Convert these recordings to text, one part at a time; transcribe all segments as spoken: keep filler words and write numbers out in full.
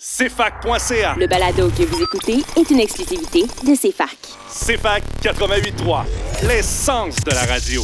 C F A C point C A. Le balado que vous écoutez est une exclusivité de C F A C. C F A C quatre-vingt-huit trois, l'essence de la radio.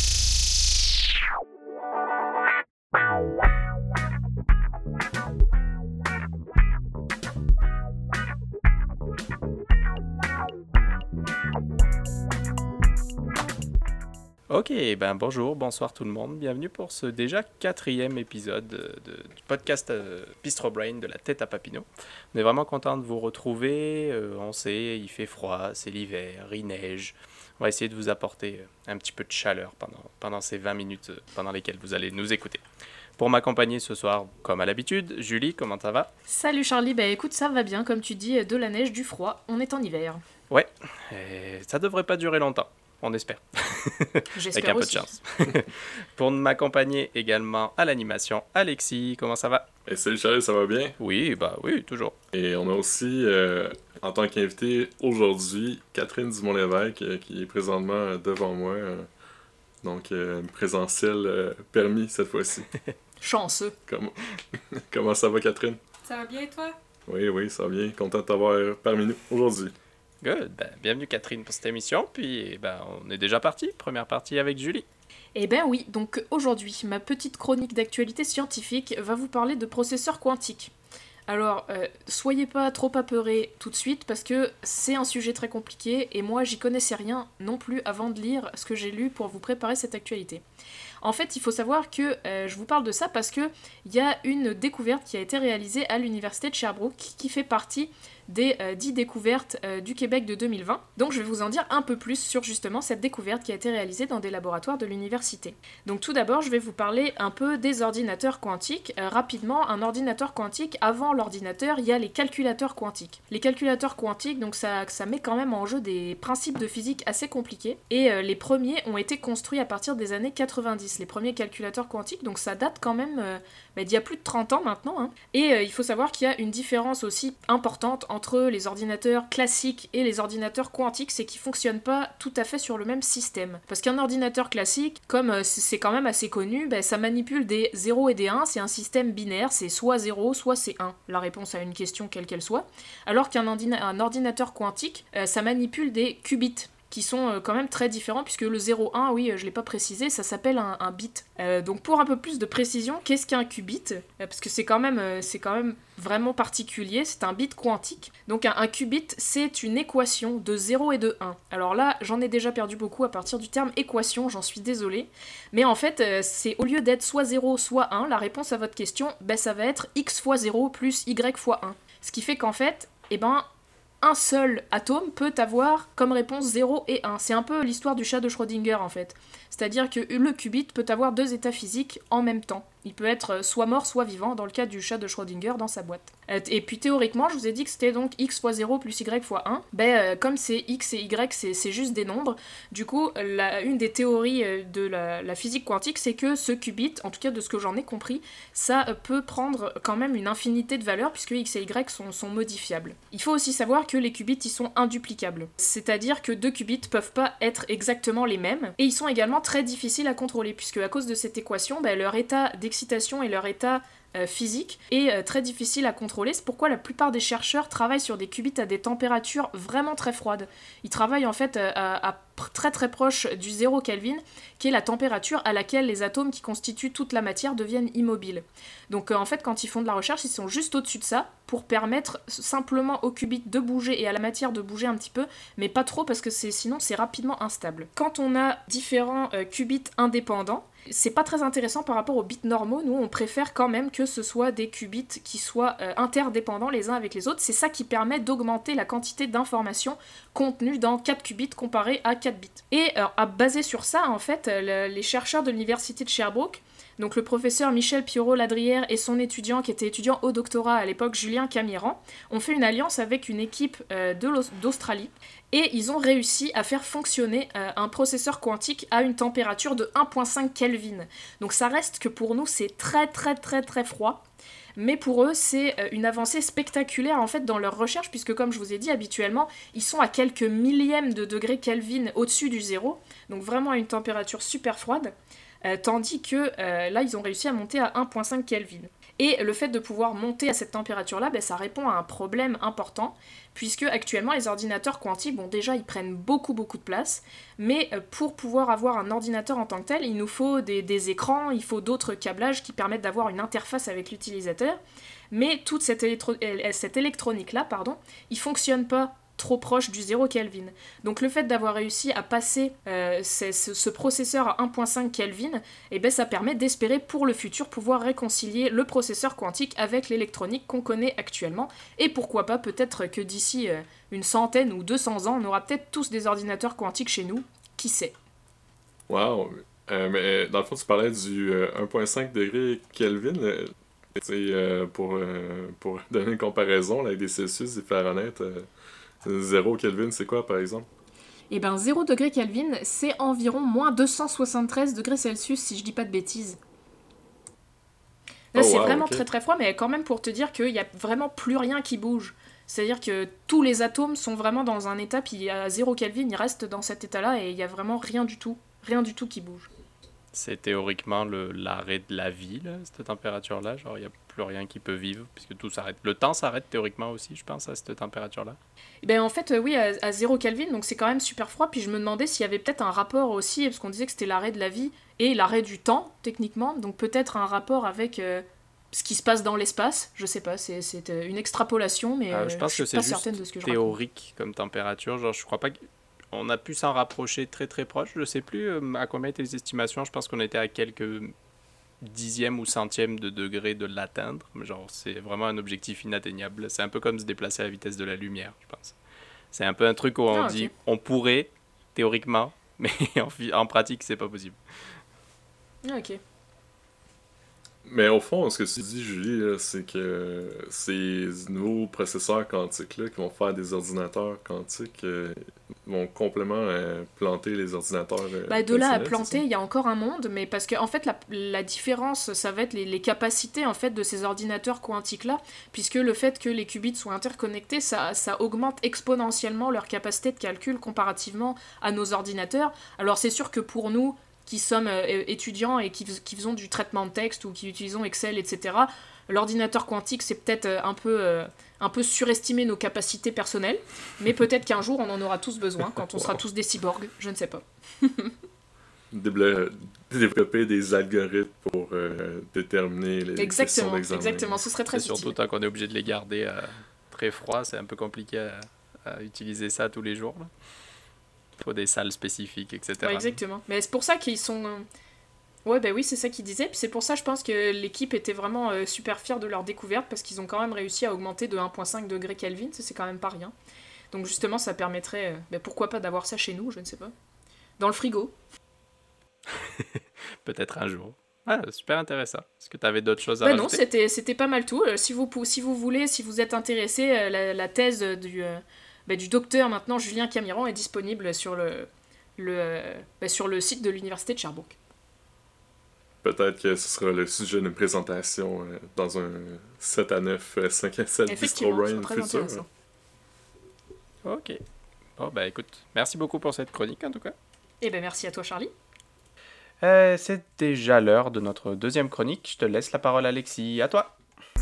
Ok, ben bonjour, bonsoir tout le monde. Bienvenue pour ce déjà quatrième épisode de, de- du podcast euh, Bistro Brain de la tête à Papineau. On est vraiment content de vous retrouver. Euh, on sait, il fait froid, c'est l'hiver, il neige. On va essayer de vous apporter euh, un petit peu de chaleur pendant, pendant ces vingt minutes euh, pendant lesquelles vous allez nous écouter. Pour m'accompagner ce soir, comme à l'habitude, Julie, comment ça va? Salut Charlie, bah écoute, ça va bien, comme tu dis, de la neige, du froid, on est en hiver. Ouais, et ça devrait pas durer longtemps, on espère. J'espère Avec un peu aussi. de chance. Pour m'accompagner également à l'animation, Alexis, comment ça va? Hey, salut Charlie, ça va bien? Oui, bah oui, toujours. Et on a aussi, euh, en tant qu'invité aujourd'hui, Catherine Dumont-Lévesque, euh, qui est présentement euh, devant moi. euh, donc, euh, présentiel euh, permis cette fois-ci. Chanceux. Comment... Comment ça va, Catherine? Ça va bien, toi? Oui, oui, ça va bien. Content de t'avoir parmi nous aujourd'hui. Good, ben, bienvenue Catherine pour cette émission, puis ben, on est déjà parti, première partie avec Julie. Eh ben oui, donc aujourd'hui, ma petite chronique d'actualité scientifique va vous parler de processeurs quantiques. Alors, euh, soyez pas trop apeurés tout de suite parce que c'est un sujet très compliqué et moi j'y connaissais rien non plus avant de lire ce que j'ai lu pour vous préparer cette actualité. En fait, il faut savoir que euh, je vous parle de ça parce que il y a une découverte qui a été réalisée à l'université de Sherbrooke qui fait partie des euh, dix découvertes euh, du Québec de deux mille vingt. Donc je vais vous en dire un peu plus sur justement cette découverte qui a été réalisée dans des laboratoires de l'université. Donc tout d'abord, je vais vous parler un peu des ordinateurs quantiques. Euh, rapidement, un ordinateur quantique, avant l'ordinateur, il y a les calculateurs quantiques. Les calculateurs quantiques, donc ça, ça met quand même en jeu des principes de physique assez compliqués. Et euh, les premiers ont été construits à partir des années quatre-vingt-dix. Les premiers calculateurs quantiques, donc ça date quand même euh, bah, d'il y a plus de trente ans maintenant. Hein. Et euh, il faut savoir qu'il y a une différence aussi importante entre les ordinateurs classiques et les ordinateurs quantiques, c'est qu'ils fonctionnent pas tout à fait sur le même système. Parce qu'un ordinateur classique, comme euh, c'est quand même assez connu, bah, ça manipule des zéro et des un, c'est un système binaire, c'est soit zéro, soit c'est un, la réponse à une question quelle qu'elle soit. Alors qu'un ordina- un ordinateur quantique, euh, ça manipule des qubits, qui sont euh, quand même très différents, puisque le zéro un, oui, euh, je l'ai pas précisé, ça s'appelle un, un bit. Euh, donc pour un peu plus de précision, qu'est-ce qu'un qubit ? Euh, Parce que c'est quand même, euh, c'est quand même vraiment particulier, c'est un bit quantique. Donc un, un qubit, c'est une équation de zéro et de un. Alors là, j'en ai déjà perdu beaucoup à partir du terme équation, j'en suis désolée. Mais en fait, euh, c'est au lieu d'être soit zéro, soit un, la réponse à votre question, ben, ça va être x fois zéro plus y fois un. Ce qui fait qu'en fait, eh ben, un seul atome peut avoir comme réponse zéro et un. C'est un peu l'histoire du chat de Schrödinger en fait. C'est-à-dire que le qubit peut avoir deux états physiques en même temps. Il peut être soit mort, soit vivant, dans le cas du chat de Schrödinger dans sa boîte. Euh, et puis théoriquement, je vous ai dit que c'était donc x fois zéro plus y fois un. Ben, euh, comme c'est x et y, c'est, c'est juste des nombres, du coup, la, une des théories euh, de la, la physique quantique, c'est que ce qubit, en tout cas de ce que j'en ai compris, ça euh, peut prendre quand même une infinité de valeurs, puisque x et y sont, sont modifiables. Il faut aussi savoir que les qubits, ils sont induplicables. C'est-à-dire que deux qubits peuvent pas être exactement les mêmes, et ils sont également très difficiles à contrôler, puisque à cause de cette équation, ben, leur état d'excitation et leur état euh, physique est euh, très difficile à contrôler. C'est pourquoi la plupart des chercheurs travaillent sur des qubits à des températures vraiment très froides. Ils travaillent en fait euh, à, à très très proche du zéro Kelvin, qui est la température à laquelle les atomes qui constituent toute la matière deviennent immobiles. Donc euh, en fait, quand ils font de la recherche, ils sont juste au-dessus de ça pour permettre simplement au qubit de bouger et à la matière de bouger un petit peu, mais pas trop parce que c'est, sinon c'est rapidement instable. Quand on a différents euh, qubits indépendants, c'est pas très intéressant par rapport aux bits normaux. Nous, on préfère quand même que ce soit des qubits qui soient euh, interdépendants les uns avec les autres. C'est ça qui permet d'augmenter la quantité d'informations contenues dans quatre qubits comparé à quatre bits. Et euh, à baser sur ça, en fait, euh, le, les chercheurs de l'université de Sherbrooke, donc le professeur Michel Piorot-Ladrière et son étudiant, qui était étudiant au doctorat à l'époque, Julien Camiran, ont fait une alliance avec une équipe euh, de d'Australie, et ils ont réussi à faire fonctionner euh, un processeur quantique à une température de un virgule cinq Kelvin. Donc ça reste que pour nous, c'est très très très très froid. Mais pour eux, c'est une avancée spectaculaire en fait dans leur recherche, puisque comme je vous ai dit, habituellement, ils sont à quelques millièmes de degrés Kelvin au-dessus du zéro, donc vraiment à une température super froide, euh, tandis que euh, là, ils ont réussi à monter à un virgule cinq Kelvin. Et le fait de pouvoir monter à cette température-là, ben, ça répond à un problème important, puisque actuellement les ordinateurs quantiques, bon déjà ils prennent beaucoup beaucoup de place, mais pour pouvoir avoir un ordinateur en tant que tel, il nous faut des, des écrans, il faut d'autres câblages qui permettent d'avoir une interface avec l'utilisateur, mais toute cette, électro- cette électronique-là, pardon, il fonctionne pas trop proche du zéro Kelvin. Donc le fait d'avoir réussi à passer euh, ce, ce processeur à un virgule cinq Kelvin, eh ben, ça permet d'espérer pour le futur pouvoir réconcilier le processeur quantique avec l'électronique qu'on connaît actuellement, et pourquoi pas peut-être que d'ici euh, une centaine ou deux cents ans, on aura peut-être tous des ordinateurs quantiques chez nous, qui sait. Wow! Euh, mais dans le fond, tu parlais du euh, un virgule cinq degrés Kelvin. Euh, euh, pour, euh, pour donner une comparaison là, avec des Celsius et Fahrenheit, euh, zéro Kelvin, c'est quoi par exemple? Eh ben zéro degré Kelvin, c'est environ moins deux cent soixante-treize degrés Celsius, si je dis pas de bêtises. Là, oh, c'est wow, vraiment okay. très très froid, mais quand même pour te dire qu'il n'y a vraiment plus rien qui bouge. C'est-à-dire que tous les atomes sont vraiment dans un état, puis à zéro Kelvin, ils restent dans cet état-là, et il n'y a vraiment rien du tout, rien du tout qui bouge. C'est théoriquement le, l'arrêt de la vie, là, cette température-là. Genre, il n'y a plus rien qui peut vivre, puisque tout s'arrête. Le temps s'arrête théoriquement aussi, je pense, à cette température-là. Ben en fait, euh, oui, à, à zéro Kelvin, donc c'est quand même super froid. Puis je me demandais s'il y avait peut-être un rapport aussi, parce qu'on disait que c'était l'arrêt de la vie et l'arrêt du temps, techniquement. Donc peut-être un rapport avec euh, ce qui se passe dans l'espace. Je sais pas, c'est, c'est euh, une extrapolation, mais Euh, euh, je pense je que suis c'est pas juste certaine de ce que je théorique comme température. Genre, je crois pas qu'on a pu s'en rapprocher très très proche. Je sais plus euh, à combien étaient les estimations. Je pense qu'on était à quelques dixièmes ou centièmes de degré de l'atteindre. Mais genre, c'est vraiment un objectif inatteignable. C'est un peu comme se déplacer à la vitesse de la lumière, je pense. C'est un peu un truc où on Ah, dit ok. on pourrait, théoriquement, mais en, fi- en pratique, c'est pas possible. Ah, ok. Mais au fond, ce que tu dis, Julie, là, c'est que ces nouveaux processeurs quantiques-là qui vont faire des ordinateurs quantiques euh, vont complètement euh, planter les ordinateurs euh, Bah, de là à traditionnels, planter, c'est ça? il y a encore un monde, mais parce que en fait, la, la différence, ça va être les, les capacités en fait de ces ordinateurs quantiques-là, puisque le fait que les qubits soient interconnectés, ça, ça augmente exponentiellement leur capacité de calcul comparativement à nos ordinateurs. Alors c'est sûr que pour nous, qui sommes euh, étudiants et qui, qui faisons du traitement de texte ou qui utilisons Excel, et cetera, l'ordinateur quantique, c'est peut-être euh, un peu, euh, un peu surestimer nos capacités personnelles, mais peut-être qu'un jour, on en aura tous besoin, quand on sera tous des cyborgs, je ne sais pas. Débla- Développer des algorithmes pour euh, déterminer les questions Exactement, d'examen. exactement, ce serait très C'est utile. surtout tant qu'on est obligé de les garder euh, très froids, c'est un peu compliqué à, à utiliser ça tous les jours, là. Il faut des salles spécifiques, et cetera. Ouais, exactement. Mais c'est pour ça qu'ils sont... euh, Ouais, bah oui, c'est ça qu'ils disaient. Puis c'est pour ça, je pense que l'équipe était vraiment euh, super fière de leur découverte, parce qu'ils ont quand même réussi à augmenter de un virgule cinq degrés Kelvin, ça, c'est quand même pas rien. Donc justement, ça permettrait... euh, bah, pourquoi pas d'avoir ça chez nous, je ne sais pas. Dans le frigo. Peut-être un jour. Ah, super intéressant. Est-ce que tu avais d'autres choses à Bah non, rajouter? c'était, c'était pas mal tout. Euh, si, vous, pou- si vous voulez, si vous êtes intéressé, euh, la, la thèse du, euh, bah, du docteur maintenant Julien Camiran est disponible sur le, le, euh, bah, sur le site de l'université de Sherbrooke. Peut-être que ce sera le sujet d'une présentation euh, dans un sept à neuf, euh, cinq à sept Bistro Effectivement, c'est Brain très futur. intéressant. Ok. Bon, bah écoute, merci beaucoup pour cette chronique en tout cas. Et ben merci à toi, Charlie. Euh, c'est déjà l'heure de notre deuxième chronique. Je te laisse la parole, Alexis. À toi.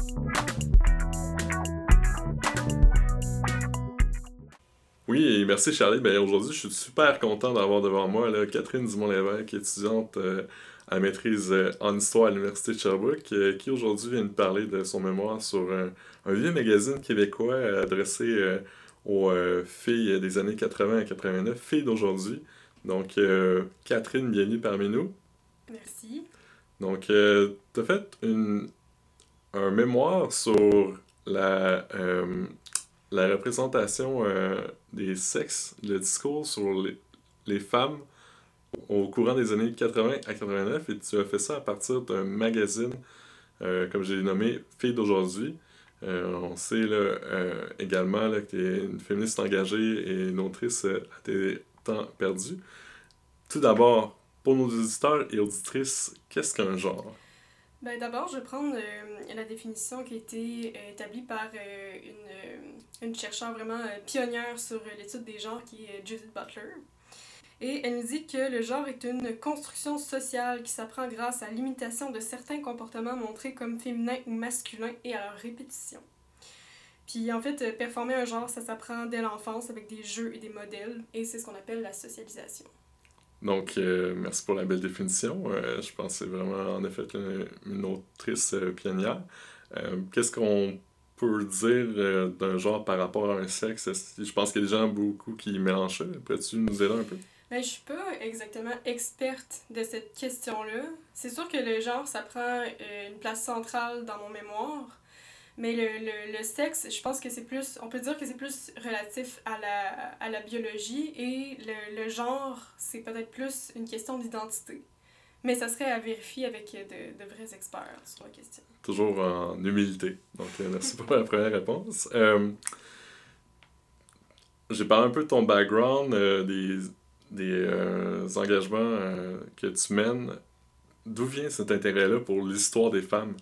Oui, et merci Charlie. Ben, aujourd'hui, je suis super content d'avoir devant moi là, Catherine Dumont-Lévesque, étudiante euh, à maîtrise euh, en histoire à l'Université de Sherbrooke, euh, qui aujourd'hui vient nous parler de son mémoire sur un, un vieux magazine québécois euh, adressé euh, aux euh, filles des années quatre-vingts à quatre-vingt-neuf, filles d'aujourd'hui. Donc, euh, Catherine, bienvenue parmi nous. Merci. Donc, euh, tu as fait une, un mémoire sur la, euh, la représentation euh, des sexes, le discours sur les, les femmes au courant des années quatre-vingts à quatre-vingt-neuf, et tu as fait ça à partir d'un magazine, euh, comme j'ai nommé, Filles d'aujourd'hui. Euh, on sait là, euh, également là, que tu es une féministe engagée et une autrice euh, à tes temps perdus. Tout d'abord, pour nos auditeurs et auditrices, qu'est-ce qu'un genre? Ben, d'abord, je vais prendre euh, la définition qui a été euh, établie par euh, une, euh, une chercheure vraiment euh, pionnière sur euh, l'étude des genres, qui est Judith Butler. Et elle nous dit que le genre est une construction sociale qui s'apprend grâce à l'imitation de certains comportements montrés comme féminins ou masculins et à leur répétition. Puis en fait, performer un genre, ça s'apprend dès l'enfance avec des jeux et des modèles, et c'est ce qu'on appelle la socialisation. Donc, euh, merci pour la belle définition. Euh, je pense que c'est vraiment, en effet, une, une autrice euh, pionnière. Euh, qu'est-ce qu'on peut dire euh, d'un genre par rapport à un sexe? Je pense qu'il y a des gens beaucoup qui mélangent ça. Pourrais-tu nous aider un peu? Ben, je suis pas exactement experte de cette question-là. C'est sûr que le genre, ça prend euh, une place centrale dans mon mémoire, mais le, le, le sexe, je pense que c'est plus, on peut dire que c'est plus relatif à la, à la biologie, et le, le genre, c'est peut-être plus une question d'identité. Mais ça serait à vérifier avec de, de vrais experts sur la question. Toujours en humilité. Donc, euh, merci pour la première réponse. Euh, j'ai parlé un peu de ton background, euh, des, des euh, engagements euh, que tu mènes. D'où vient cet intérêt-là pour l'histoire des femmes?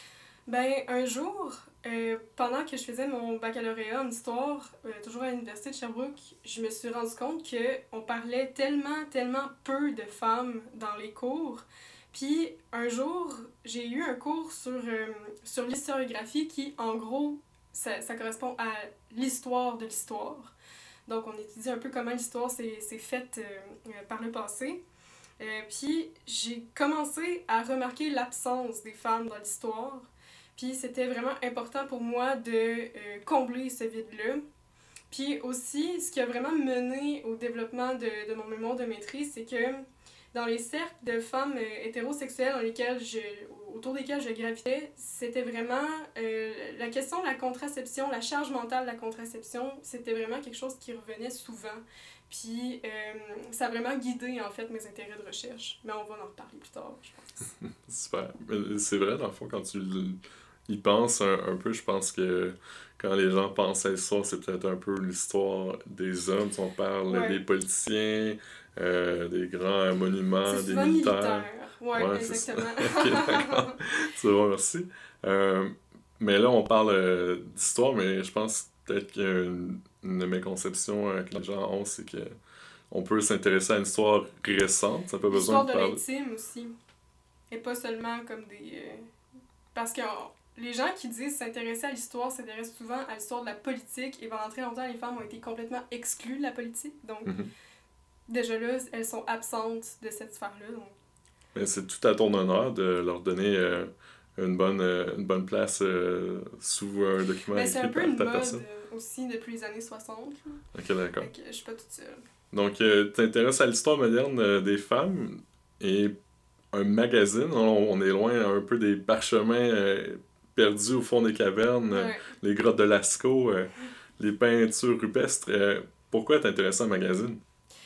Ben, un jour, euh, pendant que je faisais mon baccalauréat en histoire, euh, toujours à l'université de Sherbrooke, je me suis rendu compte qu'on parlait tellement, tellement peu de femmes dans les cours. Puis, un jour, j'ai eu un cours sur, euh, sur l'historiographie qui, en gros, ça, ça correspond à l'histoire de l'histoire. Donc, on étudie un peu comment l'histoire s'est, s'est faite euh, euh, par le passé. Euh, puis, j'ai commencé à remarquer l'absence des femmes dans l'histoire. Puis c'était vraiment important pour moi de euh, combler ce vide-là. Puis aussi, ce qui a vraiment mené au développement de, de mon mémoire de maîtrise, c'est que dans les cercles de femmes euh, hétérosexuelles dans lesquels je, autour desquels je gravitais, c'était vraiment euh, la question de la contraception, la charge mentale de la contraception, c'était vraiment quelque chose qui revenait souvent. Puis euh, ça a vraiment guidé en fait mes intérêts de recherche. Mais on va en reparler plus tard, je pense. Super. C'est vrai, dans le fond, quand tu y penses un, un peu, je pense que quand les gens pensent à l'histoire, c'est peut-être un peu l'histoire des hommes. Si on parle ouais. des politiciens, euh, des grands monuments, c'est des militaires. militaire. Ouais, ouais, exactement. Ok, d'accord. C'est bon, merci. Euh, mais là, on parle euh, d'histoire, mais je pense peut-être qu'il y a une, une méconception euh, que les gens ont, c'est que on peut s'intéresser à une histoire récente. Ça n'a pas besoin de parler. L'histoire de l'intime aussi. Et pas seulement comme des... Euh... Parce que on... les gens qui disent s'intéresser à l'histoire s'intéressent souvent à l'histoire de la politique, et pendant très longtemps, les femmes ont été complètement exclues de la politique. Donc, mm-hmm. déjà là, elles sont absentes de cette sphère-là. Donc... Mais c'est tout à ton honneur de leur donner euh, une, bonne, euh, une bonne place euh, sous un document mais écrit par ta personne. C'est un peu une mode euh, aussi depuis les années soixante. Ok, d'accord. Donc, je suis pas toute seule. Donc, euh, tu t'intéresses à l'histoire moderne euh, des femmes, et un magazine, on, on est loin un peu des parchemins euh, perdus au fond des cavernes, ouais. euh, les grottes de Lascaux, euh, les peintures rupestres. Euh, pourquoi t'intéresses à un magazine?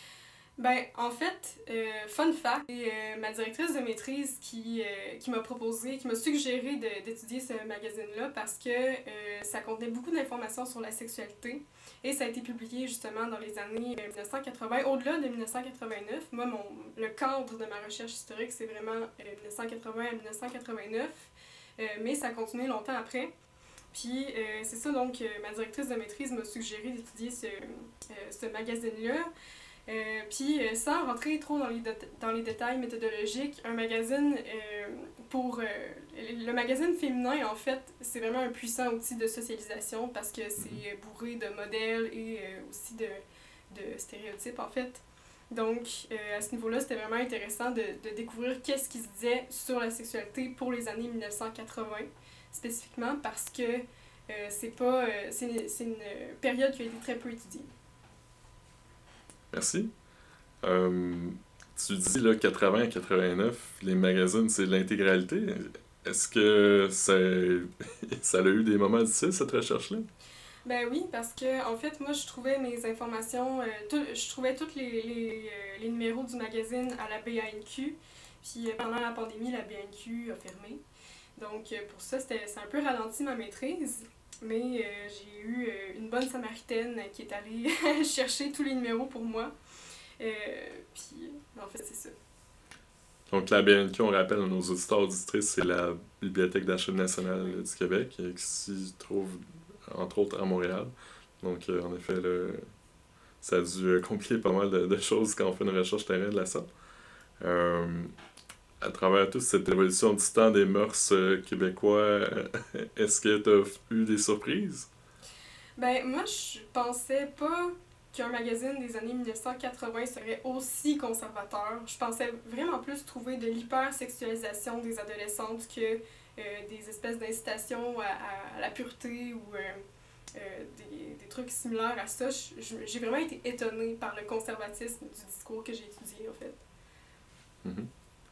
Ben, en fait, euh, fun fact, c'est euh, ma directrice de maîtrise qui, euh, qui m'a proposé, qui m'a suggéré de, d'étudier ce magazine-là parce que euh, ça contenait beaucoup d'informations sur la sexualité, et ça a été publié justement dans les années dix-neuf cent quatre-vingts, au-delà de dix-neuf cent quatre-vingt-neuf. Moi, mon, le cadre de ma recherche historique, c'est vraiment euh, dix-neuf cent quatre-vingts à dix-neuf cent quatre-vingt-neuf, euh, mais ça a continué longtemps après. Puis euh, c'est ça, donc, euh, ma directrice de maîtrise m'a suggéré d'étudier ce, euh, ce magazine-là. Euh, puis, euh, sans rentrer trop dans les, de- dans les détails méthodologiques, un magazine euh, pour... Euh, le magazine féminin, en fait, c'est vraiment un puissant outil de socialisation parce que c'est bourré de modèles et euh, aussi de, de stéréotypes, en fait. Donc, euh, à ce niveau-là, c'était vraiment intéressant de, de découvrir qu'est-ce qui se disait sur la sexualité pour les années dix-neuf cent quatre-vingts, spécifiquement parce que euh, c'est pas... Euh, c'est, une, c'est une période qui a été très peu étudiée. Merci. Euh, tu dis là quatre-vingts à quatre-vingt-neuf, les magazines, c'est l'intégralité. Est-ce que ça, ça a eu des moments difficiles, cette recherche-là? Ben oui, parce que en fait, moi, je trouvais mes informations, euh, tout, je trouvais tous les, les, euh, les numéros du magazine à la B A N Q. Puis euh, pendant la pandémie, la B A N Q a fermé. Donc euh, pour ça, c'était, c'est un peu ralenti ma maîtrise. Mais euh, j'ai eu euh, une bonne samaritaine qui est allée chercher tous les numéros pour moi. Euh, puis, en fait, c'est ça. Donc, la B A N Q, on rappelle à nos auditeurs auditrices, c'est la Bibliothèque d'archives nationales du Québec, qui s'y trouve, entre autres, à Montréal. Donc, euh, en effet, le... ça a dû euh, compliquer pas mal de, de choses quand on fait une recherche terrain de la sorte. Euh, à travers toute cette évolution du temps des mœurs euh, québécois, euh, est-ce que tu as eu des surprises? Ben, moi, je pensais pas qu'un magazine des années mille neuf cent quatre-vingts serait aussi conservateur. Je pensais vraiment plus trouver de l'hypersexualisation des adolescentes que euh, des espèces d'incitations à, à, à la pureté ou euh, euh, des, des trucs similaires à ça. Je- je- J'ai vraiment été étonnée par le conservatisme du discours que j'ai étudié, en fait. Mhm.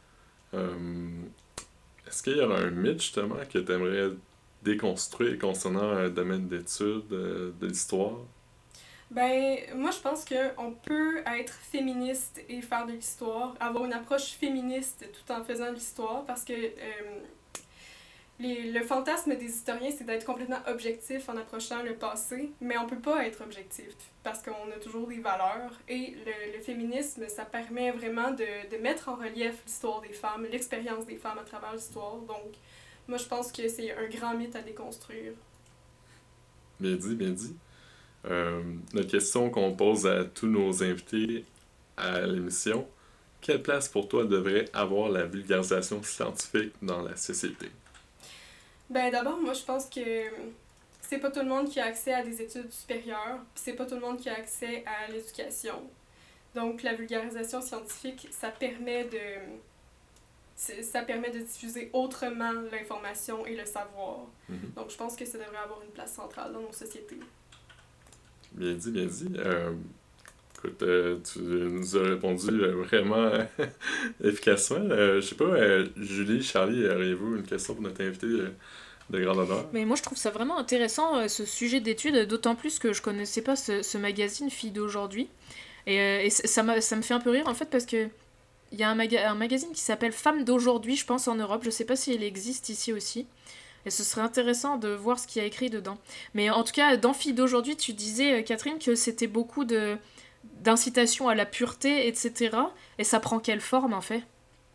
Euh, est-ce qu'il y a un mythe justement que tu aimerais déconstruire concernant un domaine d'étude euh, de l'histoire? Ben, moi, je pense qu'on peut être féministe et faire de l'histoire, avoir une approche féministe tout en faisant de l'histoire, parce que euh, les, le fantasme des historiens, c'est d'être complètement objectif en approchant le passé, mais on peut pas être objectif, parce qu'on a toujours des valeurs, et le, le féminisme, ça permet vraiment de, de mettre en relief l'histoire des femmes, l'expérience des femmes à travers l'histoire, donc moi, je pense que c'est un grand mythe à déconstruire. Bien dit, bien dit. Euh, notre question qu'on pose à tous nos invités à l'émission, quelle place pour toi devrait avoir la vulgarisation scientifique dans la société? Ben d'abord, moi je pense que c'est pas tout le monde qui a accès à des études supérieures, puis c'est pas tout le monde qui a accès à l'éducation. Donc la vulgarisation scientifique, ça permet de c'est- ça permet de diffuser autrement l'information et le savoir. Mhm. Donc je pense que ça devrait avoir une place centrale dans nos sociétés. Bien dit, bien dit. Euh, écoute, euh, tu nous as répondu euh, vraiment euh, efficacement. Euh, je sais pas, euh, Julie, Charlie, auriez-vous une question pour notre invité euh, de grand honneur? Mais moi, je trouve ça vraiment intéressant, euh, ce sujet d'étude, d'autant plus que je connaissais pas ce, ce magazine Filles d'aujourd'hui. Et, euh, et c- ça, m'a- ça me fait un peu rire, en fait, parce que il y a un, maga- un magazine qui s'appelle Femmes d'aujourd'hui, je pense, en Europe. Je sais pas si il existe ici aussi. Et ce serait intéressant de voir ce qu'il y a écrit dedans. Mais en tout cas, dans Filles d'aujourd'hui, tu disais, euh, Catherine, que c'était beaucoup de d'incitation à la pureté, et cetera. Et ça prend quelle forme, en fait?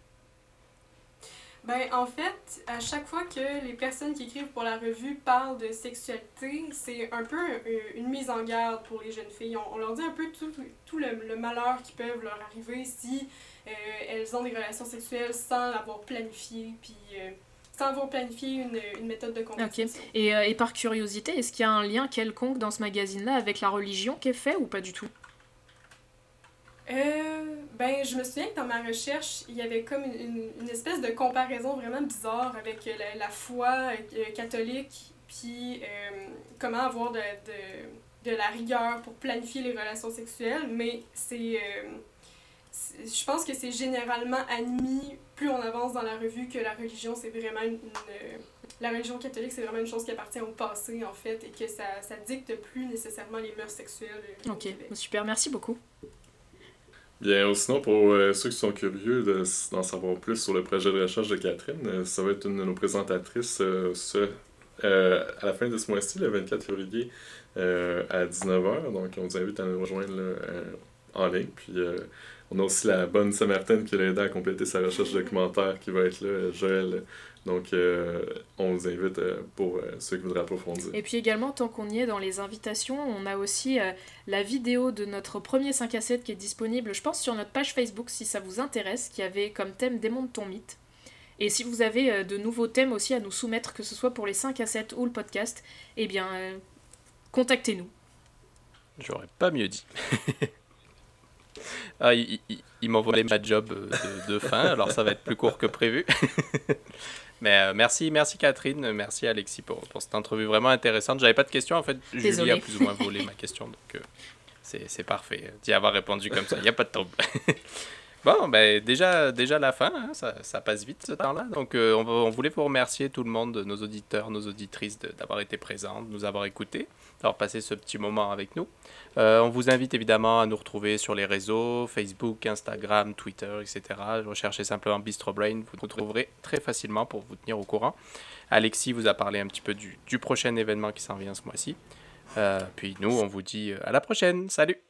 Ben, en fait, à chaque fois que les personnes qui écrivent pour la revue parlent de sexualité, c'est un peu euh, une mise en garde pour les jeunes filles. On, on leur dit un peu tout, tout le, le malheur qui peut leur arriver si euh, elles ont des relations sexuelles sans l'avoir planifié, puis euh, sans avoir planifié une, une méthode de Ok. contraception. Et, euh, et par curiosité, est-ce qu'il y a un lien quelconque dans ce magazine-là avec la religion qui est fait ou pas du tout? Euh, ben, je me souviens que dans ma recherche, il y avait comme une, une, une espèce de comparaison vraiment bizarre avec la, la foi euh, catholique, puis euh, comment avoir de, de, de la rigueur pour planifier les relations sexuelles, mais c'est... euh, c'est- je pense que c'est généralement admis, plus on avance dans la revue, que la religion, c'est vraiment une... une, euh, la religion catholique, c'est vraiment une chose qui appartient au passé, en fait, et que ça, ça dicte plus nécessairement les mœurs sexuelles euh, au Ok, Québec. super, merci beaucoup. Bien, sinon, pour euh, ceux qui sont curieux de, d'en savoir plus sur le projet de recherche de Catherine, euh, ça va être une de nos présentatrices euh, ce, euh, à la fin de ce mois-ci, le vingt-quatre février, euh, à dix-neuf heures. Donc, on vous invite à nous rejoindre là, euh, en ligne. Puis, euh, on a aussi la bonne Samartaine qui l'a aidé à compléter sa recherche documentaire qui va être là, euh, Joël. Donc, euh, on vous invite euh, pour euh, ceux qui voudraient approfondir. Et puis également, tant qu'on y est dans les invitations, on a aussi euh, la vidéo de notre premier cinq à sept qui est disponible, je pense, sur notre page Facebook si ça vous intéresse, qui avait comme thème Démonte ton mythe. Et si vous avez euh, de nouveaux thèmes aussi à nous soumettre, que ce soit pour les cinq à sept ou le podcast, eh bien, euh, contactez-nous. J'aurais pas mieux dit. Ah, il, il, il m'a volé ma job euh, de, de fin, alors ça va être plus court que prévu. Mais euh, merci, merci Catherine, merci Alexis pour, pour cette entrevue vraiment intéressante. J'avais pas de questions en fait, Julie Désolée. a plus ou moins volé ma question, donc euh, c'est, c'est parfait d'y avoir répondu comme ça, il n'y a pas de trouble. Bon, ben déjà, déjà la fin, hein, ça, ça passe vite ce temps-là. Donc euh, on, va- on voulait vous remercier tout le monde, nos auditeurs, nos auditrices de- d'avoir été présents, de nous avoir écoutés, d'avoir passé ce petit moment avec nous. Euh, on vous invite évidemment à nous retrouver sur les réseaux, Facebook, Instagram, Twitter, et cetera. Recherchez simplement Bistro Brain, vous nous trouverez très facilement pour vous tenir au courant. Alexis vous a parlé un petit peu du, du prochain événement qui s'en vient ce mois-ci. Euh, puis nous, on vous dit euh, à la prochaine. Salut!